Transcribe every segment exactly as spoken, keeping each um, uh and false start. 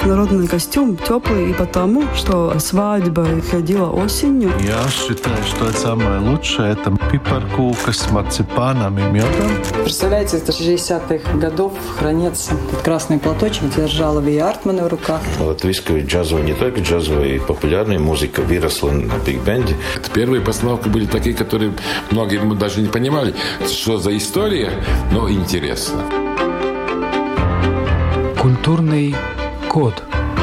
народный костюм теплый и потому, что свадьба ходила осенью. Я считаю, что это самое лучшее. Это пипаркука с марципаном и медом. Представляете, это шестидесятых годов хранится этот красный платочек, держала Ви Артмана в руках. Латвийская джазовая, не только джазовая, популярная музыка выросла на биг-бенде. Первые постановки были такие, которые многие мы даже не понимали, что за история, но интересно. Культурный код.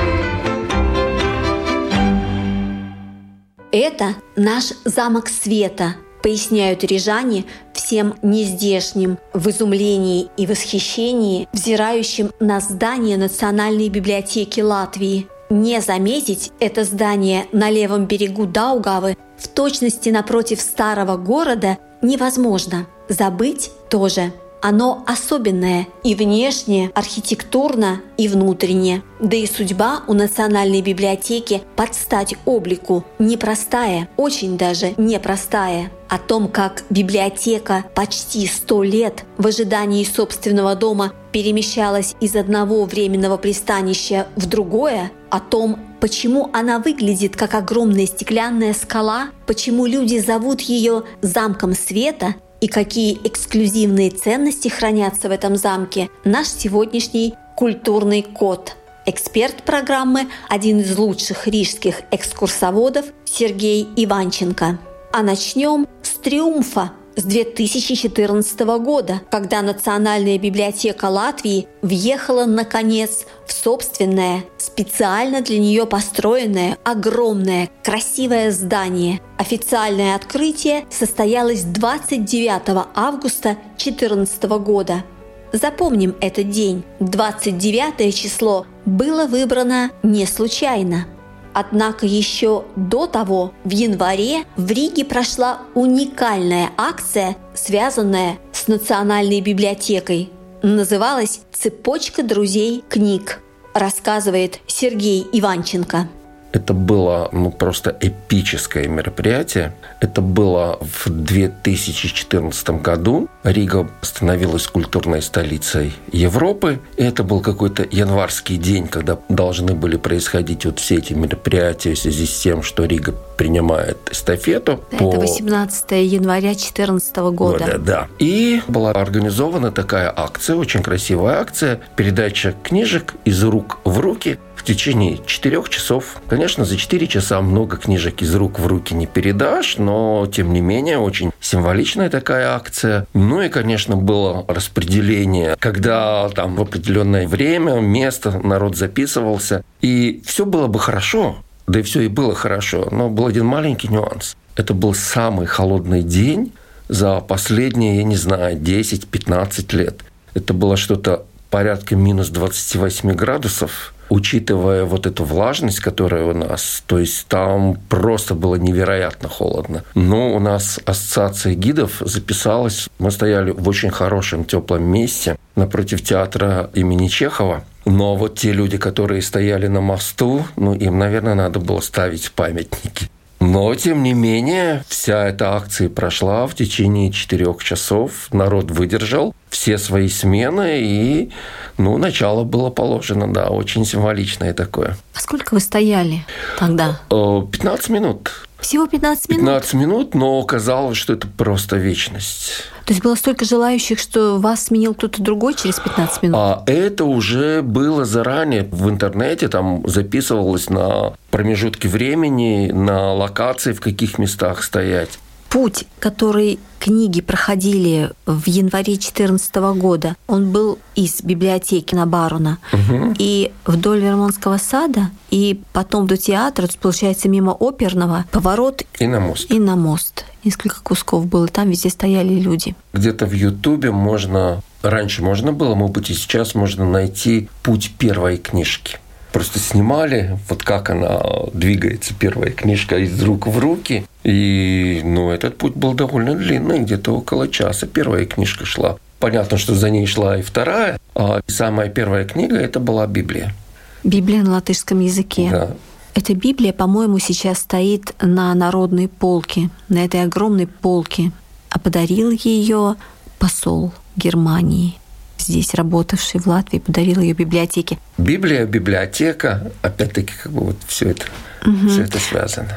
Это наш замок света, поясняют рижане всем нездешним, в изумлении и восхищении, взирающим на здание Национальной библиотеки Латвии. Не заметить это здание на левом берегу Даугавы, в точности напротив старого города, невозможно. Забыть тоже. Оно особенное и внешне, архитектурно, и внутренне. Да и судьба у Национальной библиотеки под стать облику непростая, очень даже непростая. О том, как библиотека почти сто лет в ожидании собственного дома перемещалась из одного временного пристанища в другое, о том, почему она выглядит как огромная стеклянная скала, почему люди зовут ее «замком света», и какие эксклюзивные ценности хранятся в этом замке, наш сегодняшний культурный код. Эксперт программы – один из лучших рижских экскурсоводов Сергей Иванченко. А начнем с триумфа с две тысячи четырнадцатого года, когда Национальная библиотека Латвии въехала, наконец, в собственное, специально для нее построенное, огромное, красивое здание. Официальное открытие состоялось двадцать девятого августа две тысячи четырнадцатого года. Запомним этот день. двадцать девятое число было выбрано не случайно. Однако еще до того, в январе, в Риге прошла уникальная акция, связанная с Национальной библиотекой. Называлась «Цепочка друзей книг», рассказывает Сергей Иванченко. Это было ну, просто эпическое мероприятие. Это было в две тысячи четырнадцатом году. Рига становилась культурной столицей Европы. И это был какой-то январский день, когда должны были происходить вот все эти мероприятия в связи с тем, что Рига принимает эстафету. Это по... восемнадцатого января две тысячи четырнадцатого года. Да, да. И была организована такая акция, очень красивая акция, передача книжек из рук в руки в течение четырех часов. Конечно, за четыре часа много книжек из рук в руки не передашь, но, тем не менее, очень символичная такая акция. Ну и, конечно, было распределение, когда там в определенное время, место народ записывался. И все было бы хорошо, да и все и было хорошо, но был один маленький нюанс. Это был самый холодный день за последние, я не знаю, десять-пятнадцать лет. Это было что-то порядка минус двадцать восемь градусов, учитывая вот эту влажность, которая у нас, то есть там просто было невероятно холодно. Но у нас ассоциация гидов записалась, мы стояли в очень хорошем теплом месте напротив театра имени Чехова. Но вот те люди, которые стояли на мосту, ну им, наверное, надо было ставить памятники. Но, тем не менее, вся эта акция прошла в течение четырех часов. Народ выдержал все свои смены, и ну, начало было положено, да, очень символичное такое. А сколько вы стояли тогда? пятнадцать минут. Всего пятнадцать минут? пятнадцать минут, но казалось, что это просто вечность. То есть было столько желающих, что вас сменил кто-то другой через пятнадцать минут? А это уже было заранее в интернете, там записывалось на промежутки времени, на локации, в каких местах стоять. Путь, который книги проходили в январе две тысячи четырнадцатого года, он был из библиотеки на Барона угу. и вдоль Вермонтского сада, и потом до театра, то есть, получается, мимо оперного, поворот и на мост. И на мост. Несколько кусков было, там везде стояли люди. Где-то в Ютубе можно, раньше можно было, может быть, и сейчас можно найти путь первой книжки. Просто снимали, вот как она двигается, первая книжка из рук в руки. И ну, этот путь был довольно длинный, где-то около часа первая книжка шла. Понятно, что за ней шла и вторая, а самая первая книга – это была Библия. Библия на латышском языке. Да. Эта Библия, по-моему, сейчас стоит на народной полке, на этой огромной полке. А подарил ее посол Германии. здесь работавший в Латвии, подарил ее библиотеке. Библия, библиотека, опять-таки, как бы вот все это, угу. все это связано.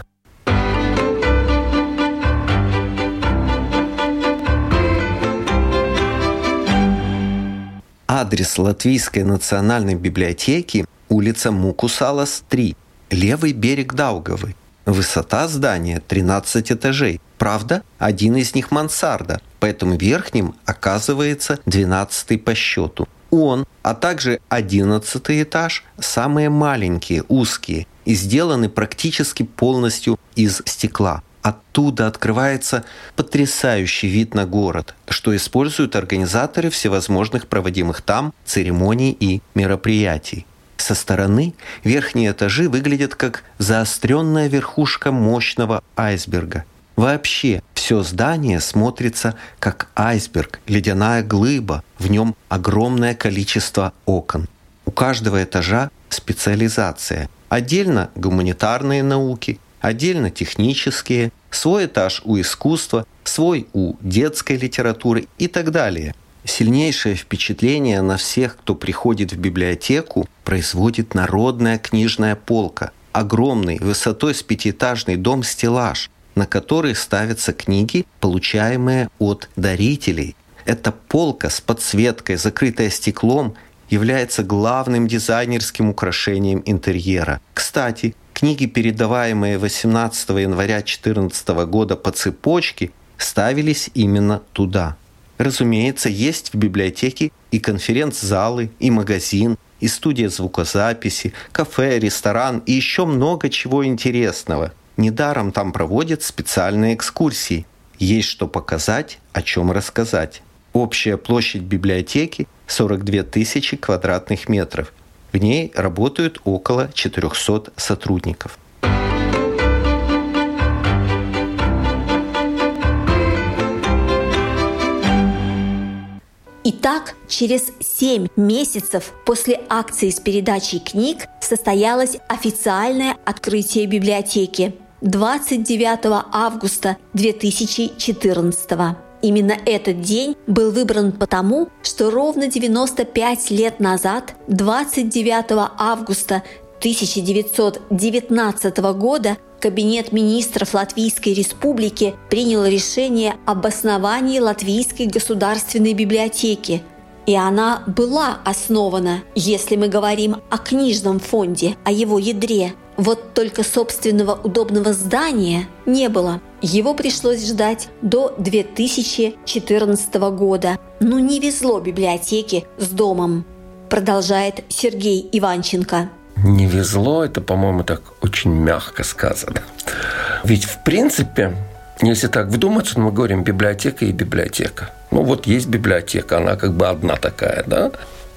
Адрес Латвийской национальной библиотеки – улица Мукусалас, три, левый берег Даугавы. Высота здания – тринадцать этажей. Правда, один из них мансарда, поэтому верхним оказывается двенадцатый по счету. Он, а также одиннадцатый этаж – самые маленькие, узкие и сделаны практически полностью из стекла. Оттуда открывается потрясающий вид на город, что используют организаторы всевозможных проводимых там церемоний и мероприятий. Со стороны верхние этажи выглядят как заостренная верхушка мощного айсберга. Вообще, все здание смотрится как айсберг, ледяная глыба, в нем огромное количество окон. У каждого этажа специализация. Отдельно гуманитарные науки, отдельно технические, свой этаж у искусства, свой у детской литературы и так далее. Сильнейшее впечатление на всех, кто приходит в библиотеку, производит народная книжная полка. Огромный, высотой с пятиэтажный дом-стеллаж, на который ставятся книги, получаемые от дарителей. Эта полка с подсветкой, закрытая стеклом, является главным дизайнерским украшением интерьера. Кстати, книги, передаваемые восемнадцатого января две тысячи четырнадцатого года по цепочке, ставились именно туда. Разумеется, есть в библиотеке и конференц-залы, и магазин, и студия звукозаписи, кафе, ресторан и еще много чего интересного. Недаром там проводят специальные экскурсии. Есть что показать, о чем рассказать. Общая площадь библиотеки – сорок две тысячи квадратных метров. В ней работают около четырехсот сотрудников. Итак, через семь месяцев после акции с передачей книг состоялось официальное открытие библиотеки двадцать девятого августа две тысячи четырнадцатого. Именно этот день был выбран потому, что ровно девяносто пять лет назад, двадцать девятого августа тысяча девятьсот девятнадцатого года, Кабинет министров Латвийской Республики принял решение об основании Латвийской государственной библиотеки. И она была основана, если мы говорим о книжном фонде, о его ядре. Вот только собственного удобного здания не было. Его пришлось ждать до две тысячи четырнадцатого года. Ну не везло библиотеке с домом, продолжает Сергей Иванченко. Не везло, это, по-моему, так очень мягко сказано. Ведь, в принципе, если так вдуматься, мы говорим библиотека и библиотека. Ну, вот есть библиотека, она как бы одна такая, да?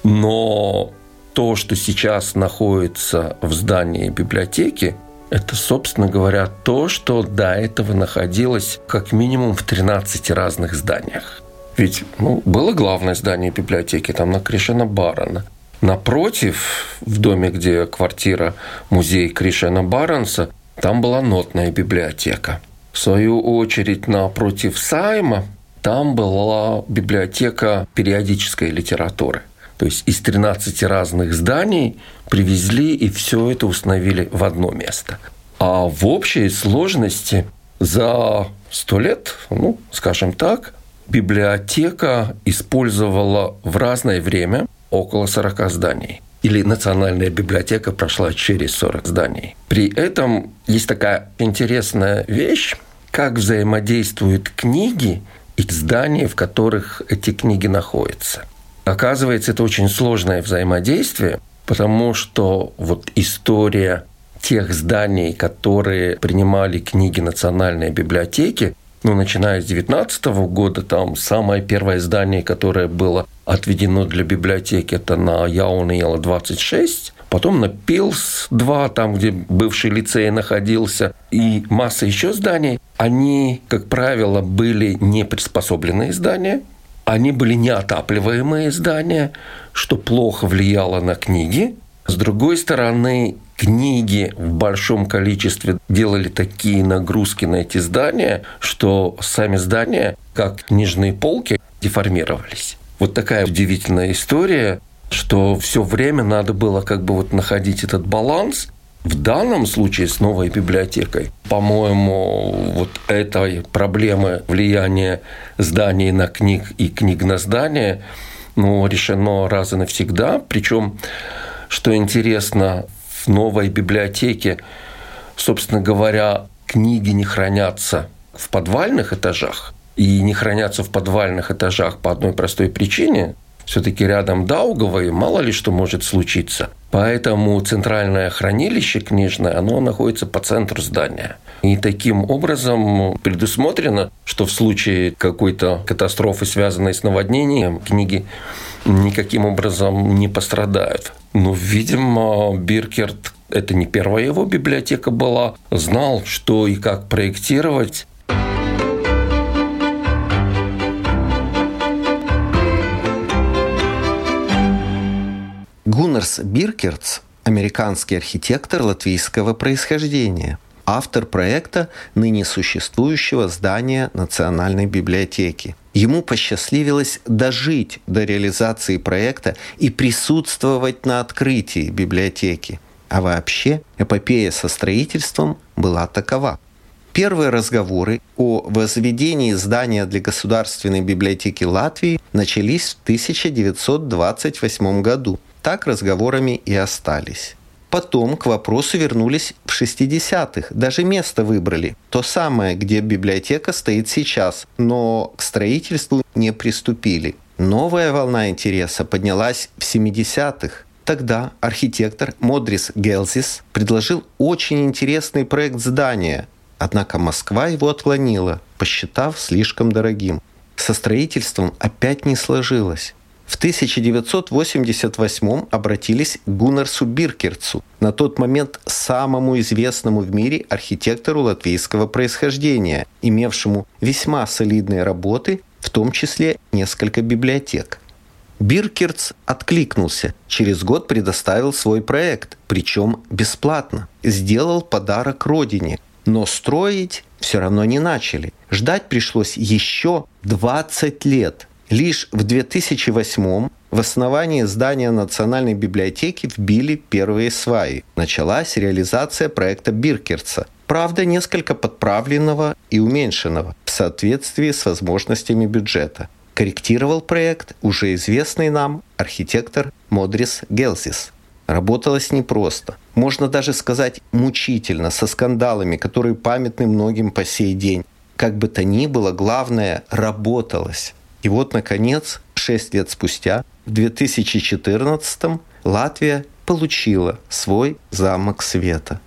Но то, что сейчас находится в здании библиотеки, это, собственно говоря, то, что до этого находилось как минимум в тринадцати разных зданиях. Ведь ну, было главное здание библиотеки, там на Кришена Барона. Напротив, в доме, где квартира, музей Кришена Баронса, там была нотная библиотека. В свою очередь, напротив Сайма, там была библиотека периодической литературы. То есть из тринадцати разных зданий привезли и все это установили в одно место. А в общей сложности за сто лет, ну, скажем так, библиотека использовала в разное время около сорока зданий. Или национальная библиотека прошла через сорок зданий. При этом есть такая интересная вещь, как взаимодействуют книги и здания, в которых эти книги находятся. Оказывается, это очень сложное взаимодействие, потому что вот история тех зданий, которые принимали книги Национальной библиотеки, ну, начиная с девятнадцатого года, там самое первое здание, которое было отведено для библиотеки, это на Яунейла двадцать шесть, потом на Пилс два, там, где бывший лицей находился, и масса еще зданий. Они, как правило, были не приспособленные здания, они были неотапливаемые здания, что плохо влияло на книги. С другой стороны, книги в большом количестве делали такие нагрузки на эти здания, что сами здания, как книжные полки, деформировались. Вот такая удивительная история, что все время надо было как бы вот находить этот баланс. В данном случае с новой библиотекой, по-моему, вот этой проблемы влияния зданий на книг и книг на здание, ну, решено раз и навсегда. Причем, что интересно, в новой библиотеке, собственно говоря, книги не хранятся в подвальных этажах. И не хранятся в подвальных этажах по одной простой причине. Все-таки рядом Даугава, мало ли что может случиться. Поэтому центральное хранилище книжное, оно находится по центру здания. И таким образом предусмотрено, что в случае какой-то катастрофы, связанной с наводнением, книги никаким образом не пострадают. Но, видимо, Биркерт, это не первая его библиотека была, знал, что и как проектировать. Гуннарс Биркертс – американский архитектор латвийского происхождения, автор проекта ныне существующего здания Национальной библиотеки. Ему посчастливилось дожить до реализации проекта и присутствовать на открытии библиотеки. А вообще эпопея со строительством была такова. Первые разговоры о возведении здания для Государственной библиотеки Латвии начались в тысяча девятьсот двадцать восьмом году. Так разговорами и остались. Потом к вопросу вернулись в шестидесятых. Даже место выбрали. То самое, где библиотека стоит сейчас. Но к строительству не приступили. Новая волна интереса поднялась в семидесятых. Тогда архитектор Модрис Гелзис предложил очень интересный проект здания. Однако Москва его отклонила, посчитав слишком дорогим. Со строительством опять не сложилось. В тысяча девятьсот восемьдесят восьмом обратились к Гуннарсу Биркертсу, на тот момент самому известному в мире архитектору латвийского происхождения, имевшему весьма солидные работы, в том числе несколько библиотек. Биркертс откликнулся, через год предоставил свой проект, причем бесплатно. Сделал подарок родине, но строить все равно не начали. Ждать пришлось еще двадцать лет. Лишь в две тысячи восьмом в основание здания Национальной библиотеки вбили первые сваи. Началась реализация проекта Биркертса, правда, несколько подправленного и уменьшенного в соответствии с возможностями бюджета. Корректировал проект уже известный нам архитектор Модрис Гелзис. Работалось непросто. Можно даже сказать мучительно, со скандалами, которые памятны многим по сей день. Как бы то ни было, главное – работалось. И вот, наконец, шесть лет спустя, в две тысячи четырнадцатом, Латвия получила свой замок света.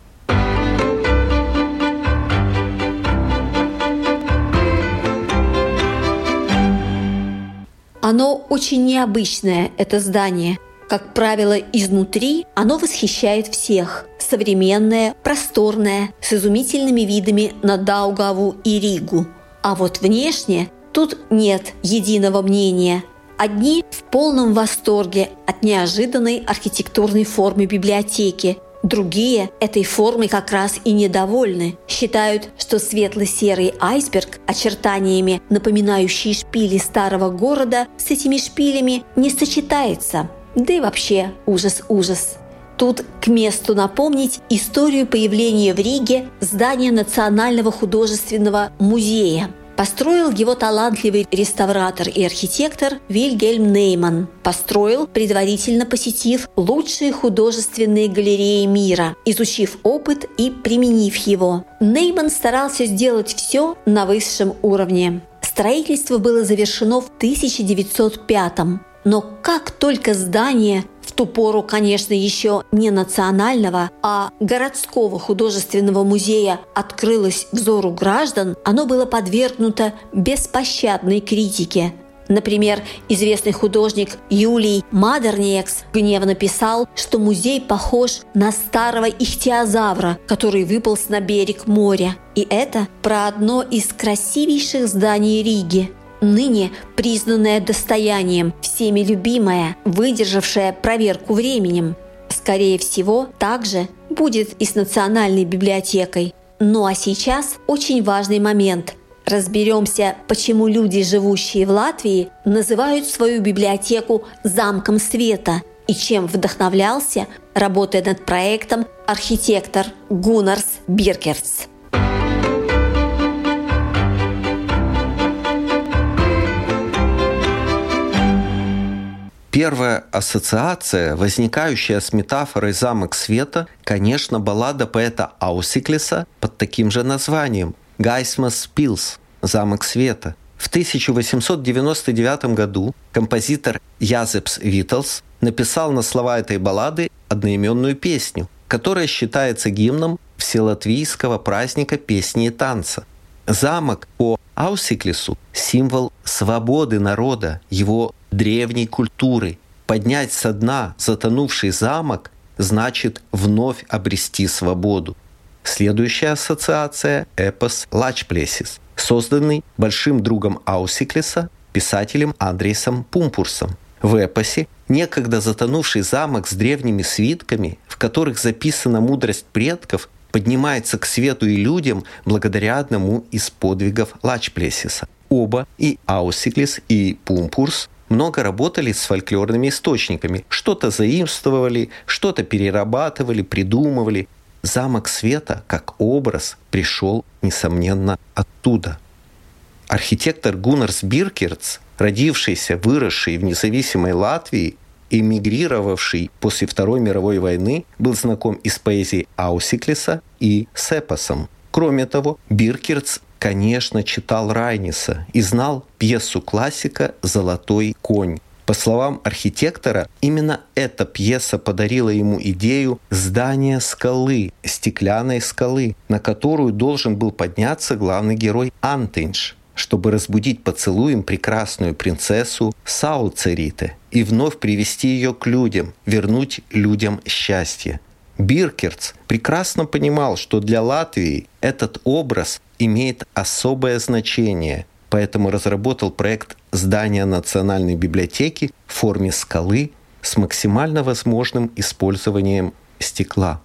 Оно очень необычное, это здание. Как правило, изнутри оно восхищает всех. Современное, просторное, с изумительными видами на Даугаву и Ригу. А вот внешне тут нет единого мнения. Одни в полном восторге от неожиданной архитектурной формы библиотеки. Другие этой формой как раз и недовольны. Считают, что светло-серый айсберг, очертаниями напоминающий шпили старого города, с этими шпилями не сочетается. Да и вообще ужас-ужас. Тут к месту напомнить историю появления в Риге здания Национального художественного музея. Построил его талантливый реставратор и архитектор Вильгельм Нейман. Построил, предварительно посетив лучшие художественные галереи мира, изучив опыт и применив его. Нейман старался сделать все на высшем уровне. Строительство было завершено в тысяча девятьсот пятом. Но как только здание, в ту пору, конечно, еще не национального, а городского художественного музея, открылось взору граждан, оно было подвергнуто беспощадной критике. Например, известный художник Юлий Мадерниекс гневно писал, что музей похож на старого ихтиозавра, который выполз на берег моря. И это про одно из красивейших зданий Риги. Ныне признанное достоянием, всеми любимое, выдержавшее проверку временем. Скорее всего, также будет и с Национальной библиотекой. Ну а сейчас очень важный момент. Разберемся, почему люди, живущие в Латвии, называют свою библиотеку «Замком света» и чем вдохновлялся, работая над проектом, архитектор Гуннарс Биркертс. Первая ассоциация, возникающая с метафорой «замок света», конечно, баллада поэта Аусиклеса под таким же названием «Gaismas pils» – «Замок света». В тысяча восемьсот девяносто девятом году композитор Язепс Виталс написал на слова этой баллады одноименную песню, которая считается гимном вселатвийского праздника песни и танца. Замок по Аусиклесу – символ свободы народа, его древней культуры. Поднять со дна затонувший замок значит вновь обрести свободу. Следующая ассоциация – эпос «Лачплесис», созданный большим другом Аусиклеса, писателем Андрейсом Пумпурсом. В эпосе некогда затонувший замок с древними свитками, в которых записана мудрость предков, поднимается к свету и людям благодаря одному из подвигов Лачплесиса. Оба, и Аусиклес, и Пумпурс, много работали с фольклорными источниками, что-то заимствовали, что-то перерабатывали, придумывали. Замок света, как образ, пришел, несомненно, оттуда. Архитектор Гуннарс Биркертс, родившийся, выросший в независимой Латвии, эмигрировавший после Второй мировой войны, был знаком и с поэзией Аусиклеса, и с эпосом. Кроме того, Биркертс, конечно, читал Райниса и знал пьесу классика «Золотой конь». По словам архитектора, именно эта пьеса подарила ему идею здания скалы, стеклянной скалы, на которую должен был подняться главный герой Антинш, чтобы разбудить поцелуем прекрасную принцессу Сауцерите и вновь привести ее к людям, вернуть людям счастье. Биркертс прекрасно понимал, что для Латвии этот образ имеет особое значение, поэтому разработал проект здания Национальной библиотеки в форме скалы с максимально возможным использованием стекла.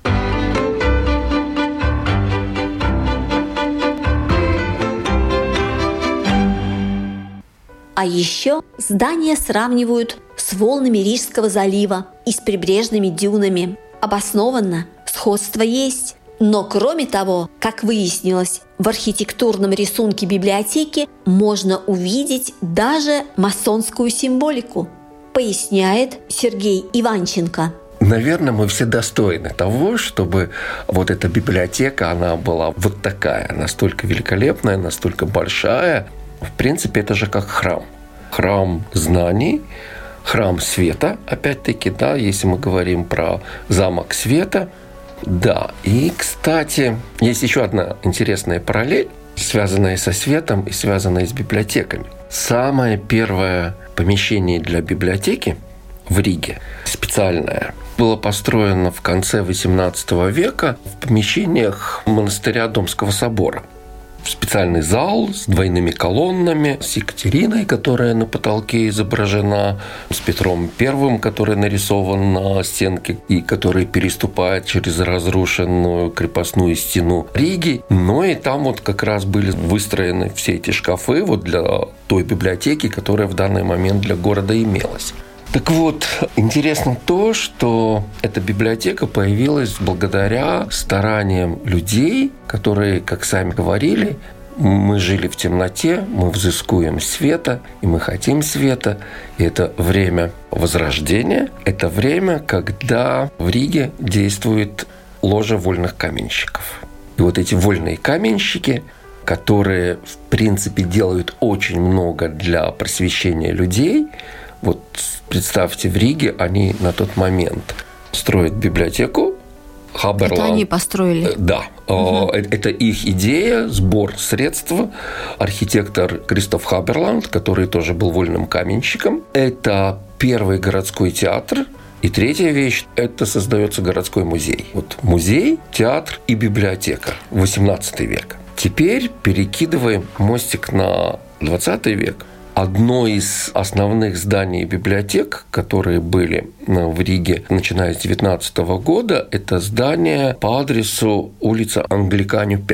А еще здания сравнивают с волнами Рижского залива и с прибрежными дюнами. Обоснованно, сходство есть. Но кроме того, как выяснилось, в архитектурном рисунке библиотеки можно увидеть даже масонскую символику, поясняет Сергей Иванченко. Наверное, мы все достойны того, чтобы вот эта библиотека, она была вот такая, настолько великолепная, настолько большая. В принципе, это же как храм. Храм знаний, храм света, опять-таки, да, если мы говорим про замок света. Да, и, кстати, есть еще одна интересная параллель, связанная со светом и связанная с библиотеками. Самое первое помещение для библиотеки в Риге, специальное, было построено в конце восемнадцатого века в помещениях монастыря Домского собора. Специальный зал с двойными колоннами, с Екатериной, которая на потолке изображена, с Петром Первым, который нарисован на стенке и который переступает через разрушенную крепостную стену Риги. Но и там вот как раз были выстроены все эти шкафы вот для той библиотеки, которая в данный момент для города имелась. Так вот, интересно то, что эта библиотека появилась благодаря стараниям людей, которые, как сами говорили, мы жили в темноте, мы взыскуем света, и мы хотим света. И это время Возрождения, это время, когда в Риге действует ложа вольных каменщиков. И вот эти вольные каменщики, которые, в принципе, делают очень много для просвещения людей. Вот представьте, в Риге они на тот момент строят библиотеку. Хаберланд. Это они построили? Да. Угу. Это их идея, сбор средств. Архитектор Кристоф Хаберланд, который тоже был вольным каменщиком. Это первый городской театр. И третья вещь – это создается городской музей. Вот музей, театр и библиотека. восемнадцатый век. Теперь перекидываем мостик на двадцатый век. Одно из основных зданий библиотек, которые были в Риге, начиная с девятнадцатого года, это здание по адресу улица Англиканю пять.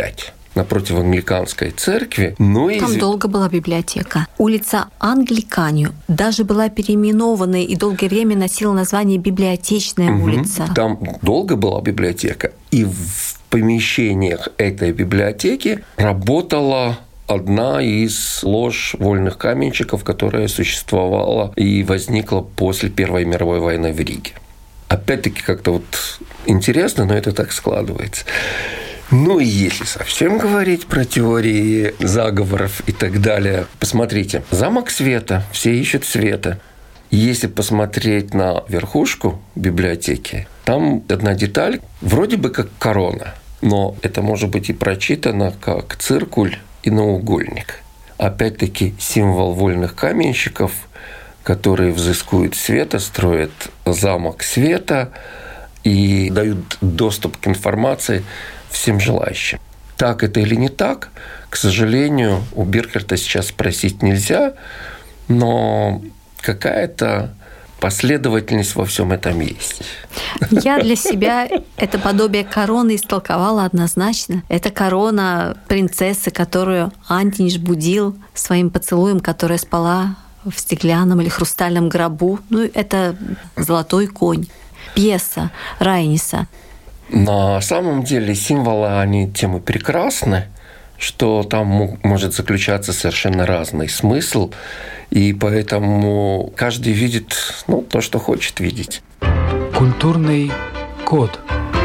напротив англиканской церкви. Ну, Там и... долго была библиотека. Улица Англиканию даже была переименована и долгое время носила название Библиотечная угу. улица. Там долго была библиотека. И в помещениях этой библиотеки работала одна из лож вольных каменщиков, которая существовала и возникла после Первой мировой войны в Риге. Опять-таки как-то вот интересно, но это так складывается. Ну и если совсем говорить про теории заговоров и так далее, посмотрите, замок света, все ищут света. Если посмотреть на верхушку библиотеки, там одна деталь, вроде бы как корона, но это может быть и прочитано как циркуль и наугольник. Опять-таки символ вольных каменщиков, которые взыскуют света, строят замок света и дают доступ к информации всем желающим. Так это или не так, к сожалению, у Биркерта сейчас спросить нельзя, но какая-то последовательность во всем этом есть. Я для себя это подобие короны истолковала однозначно. Это корона принцессы, которую Антиниш будил своим поцелуем, которая спала в стеклянном или хрустальном гробу. Ну, это «Золотой конь». Пьеса Райниса. На самом деле символы, они тем и прекрасны, что там может заключаться совершенно разный смысл, и поэтому каждый видит, ну, то, что хочет видеть. Культурный код.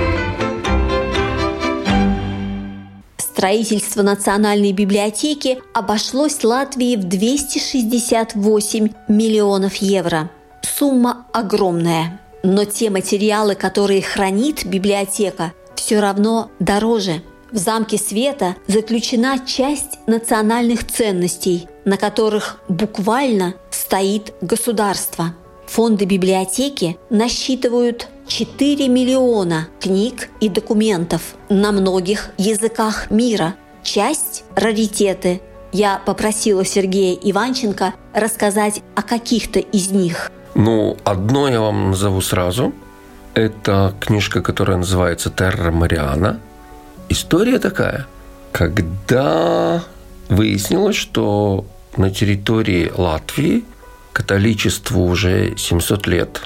Строительство Национальной библиотеки обошлось Латвии в двести шестьдесят восемь миллионов евро. Сумма огромная. Но те материалы, которые хранит библиотека, все равно дороже. В Замке Света заключена часть национальных ценностей, на которых буквально стоит государство. Фонды библиотеки насчитывают четыре миллиона книг и документов на многих языках мира. Часть – раритеты. Я попросила Сергея Иванченко рассказать о каких-то из них. Ну, одно я вам назову сразу. Это книжка, которая называется «Терра Мариана». История такая. Когда выяснилось, что на территории Латвии католичеству уже семьсот лет,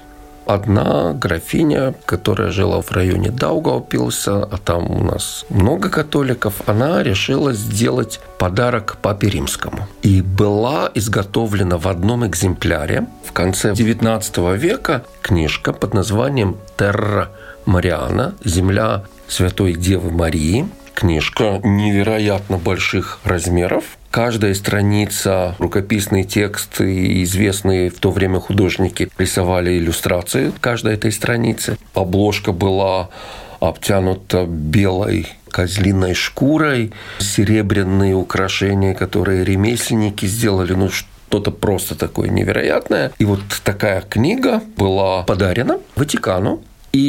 одна графиня, которая жила в районе Даугавпилса, а там у нас много католиков, она решила сделать подарок Папе Римскому. И была изготовлена в одном экземпляре в конце девятнадцатого века книжка под названием «Терра Мариана. Земля Святой Девы Марии». Книжка невероятно больших размеров. Каждая страница, рукописный текст, и известные в то время художники рисовали иллюстрации каждой этой страницы. Обложка была обтянута белой козлиной шкурой, серебряные украшения, которые ремесленники сделали, ну что-то просто такое невероятное. И вот такая книга была подарена Ватикану.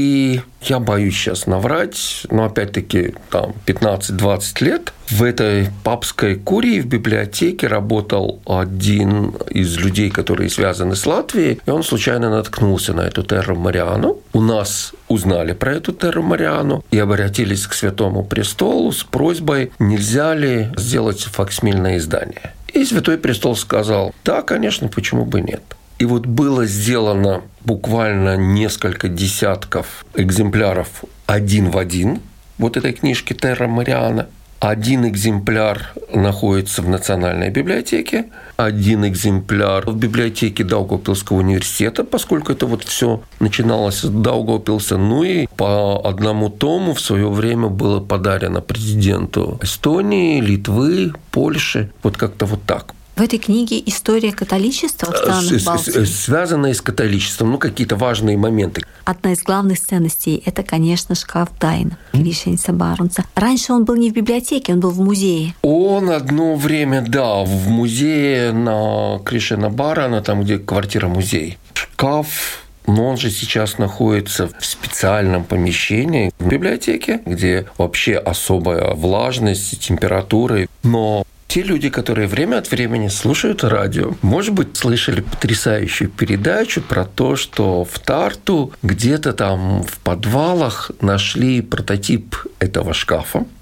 И я боюсь сейчас наврать, но опять-таки там пятнадцать-двадцать лет в этой папской курии в библиотеке работал один из людей, которые связаны с Латвией, и он случайно наткнулся на эту Терру Мариану. У нас узнали про эту Терру Мариану и обратились к Святому Престолу с просьбой, нельзя ли сделать факсимильное издание. И Святой Престол сказал: да, конечно, почему бы нет. И вот было сделано буквально несколько десятков экземпляров один в один вот этой книжки «Терра Мариана». Один экземпляр находится в Национальной библиотеке, один экземпляр в библиотеке Даугавпилского университета, поскольку это вот все начиналось с Даугавпилса. Ну и по одному тому в свое время было подарено президенту Эстонии, Литвы, Польши. Вот как-то вот так. В этой книге история католичества в странах Балтии. Связанная с католичеством, ну, какие-то важные моменты. Одна из главных ценностей – это, конечно, шкаф тайн Гришеница Барунца. Раньше он был не в библиотеке, он был в музее. Он одно время, да, в музее на Кришена Барана, там, где квартира-музей. Шкаф, но он же сейчас находится в специальном помещении в библиотеке, где вообще особая влажность, температура. Но те люди, которые время от времени слушают радио, может быть, слышали потрясающую передачу про то, что в Тарту где-то там в подвалах нашли прототип этого шкафа.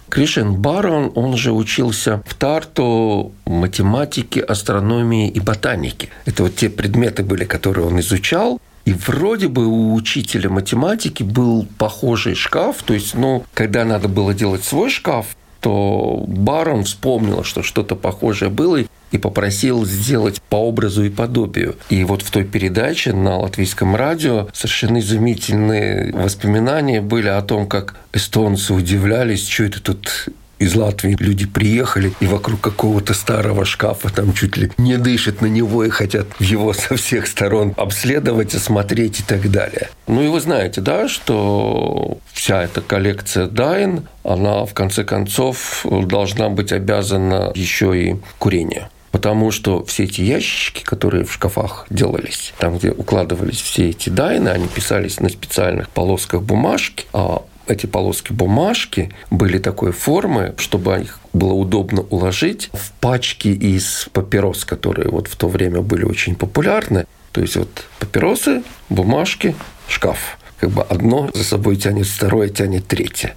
Кришен Барон, он же учился в Тарту математике, астрономии и ботанике. Это вот те предметы были, которые он изучал. И вроде бы у учителя математики был похожий шкаф. То есть, ну, когда надо было делать свой шкаф, то Барон вспомнил, что что-то похожее было, и попросил сделать по образу и подобию. И вот в той передаче на латвийском радио совершенно изумительные воспоминания были о том, как эстонцы удивлялись, что это тут из Латвии люди приехали, и вокруг какого-то старого шкафа там чуть ли не дышат на него и хотят его со всех сторон обследовать, осмотреть и так далее. Ну и вы знаете, да, что вся эта коллекция Дайн, она в конце концов должна быть обязана еще и курению. Потому что все эти ящички, которые в шкафах делались, там, где укладывались все эти дайны, они писались на специальных полосках бумажки, а эти полоски бумажки были такой формы, чтобы их было удобно уложить в пачки из папирос, которые вот в то время были очень популярны. То есть вот папиросы, бумажки, шкаф. Как бы одно за собой тянет второе, тянет третье.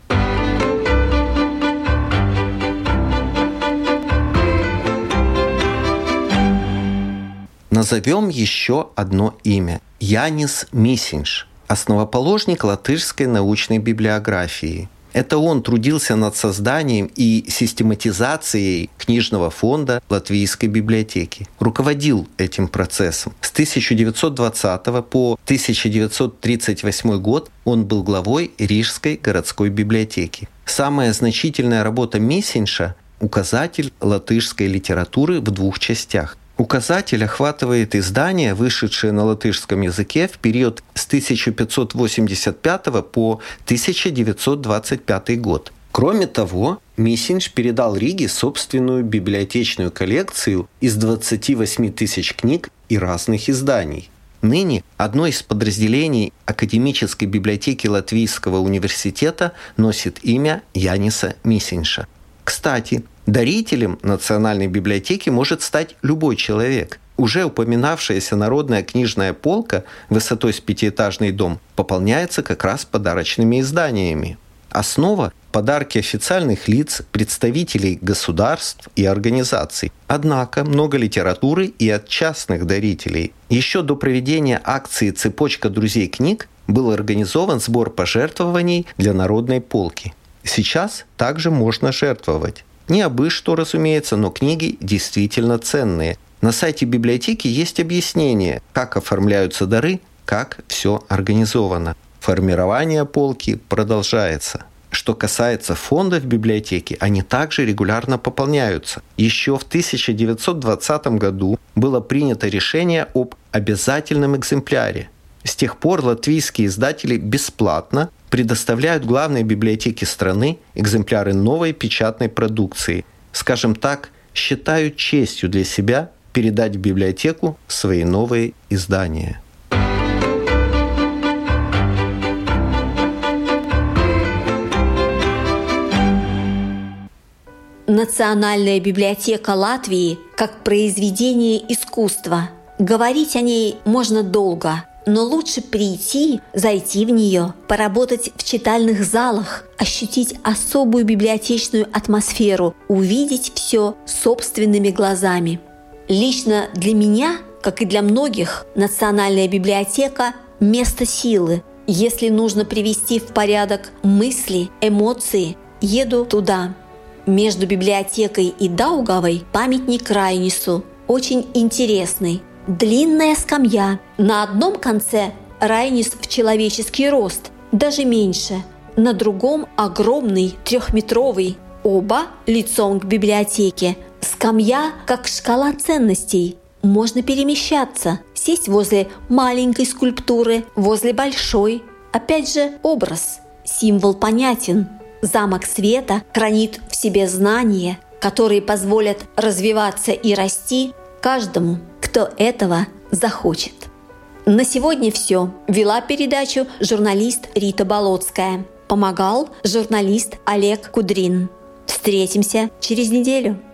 Назовем еще одно имя – Янис Мисинш, основоположник латышской научной библиографии. Это он трудился над созданием и систематизацией книжного фонда Латвийской библиотеки. Руководил этим процессом. С тысяча девятьсот двадцатого по тысяча девятьсот тридцать восьмой год он был главой Рижской городской библиотеки. Самая значительная работа Мисинша – указатель латышской литературы в двух частях. Указатель охватывает издания, вышедшие на латышском языке в период с тысяча пятьсот восемьдесят пятого по тысяча девятьсот двадцать пятый год. Кроме того, Мисинш передал Риге собственную библиотечную коллекцию из двадцати восьми тысяч книг и разных изданий. Ныне одно из подразделений Академической библиотеки Латвийского университета носит имя Яниса Мисинша. Кстати, дарителем Национальной библиотеки может стать любой человек. Уже упоминавшаяся народная книжная полка высотой с пятиэтажный дом пополняется как раз подарочными изданиями. Основа – подарки официальных лиц, представителей государств и организаций. Однако много литературы и от частных дарителей. Еще до проведения акции «Цепочка друзей книг» был организован сбор пожертвований для народной полки. Сейчас также можно жертвовать. Не абы что, разумеется, но книги действительно ценные. На сайте библиотеки есть объяснение, как оформляются дары, как все организовано. Формирование полки продолжается. Что касается фондов библиотеки, они также регулярно пополняются. Еще в тысяча девятьсот двадцатом году было принято решение об обязательном экземпляре. С тех пор латвийские издатели бесплатно предоставляют главной библиотеке страны экземпляры новой печатной продукции. Скажем так, считают честью для себя передать в библиотеку свои новые издания. Национальная библиотека Латвии как произведение искусства. Говорить о ней можно долго, но лучше прийти, зайти в нее, поработать в читальных залах, ощутить особую библиотечную атмосферу, увидеть все собственными глазами. Лично для меня, как и для многих, Национальная библиотека – место силы. Если нужно привести в порядок мысли, эмоции, еду туда. Между библиотекой и Даугавой памятник Райнису, очень интересный. Длинная скамья. На одном конце Райнис в человеческий рост, даже меньше. На другом огромный, трехметровый. Оба лицом к библиотеке. Скамья как шкала ценностей. Можно перемещаться, сесть возле маленькой скульптуры, возле большой. Опять же образ. Символ понятен. Замок света хранит в себе знания, которые позволят развиваться и расти каждому, кто этого захочет. На сегодня все. Вела передачу журналист Рита Болотская. Помогал журналист Олег Кудрин. Встретимся через неделю.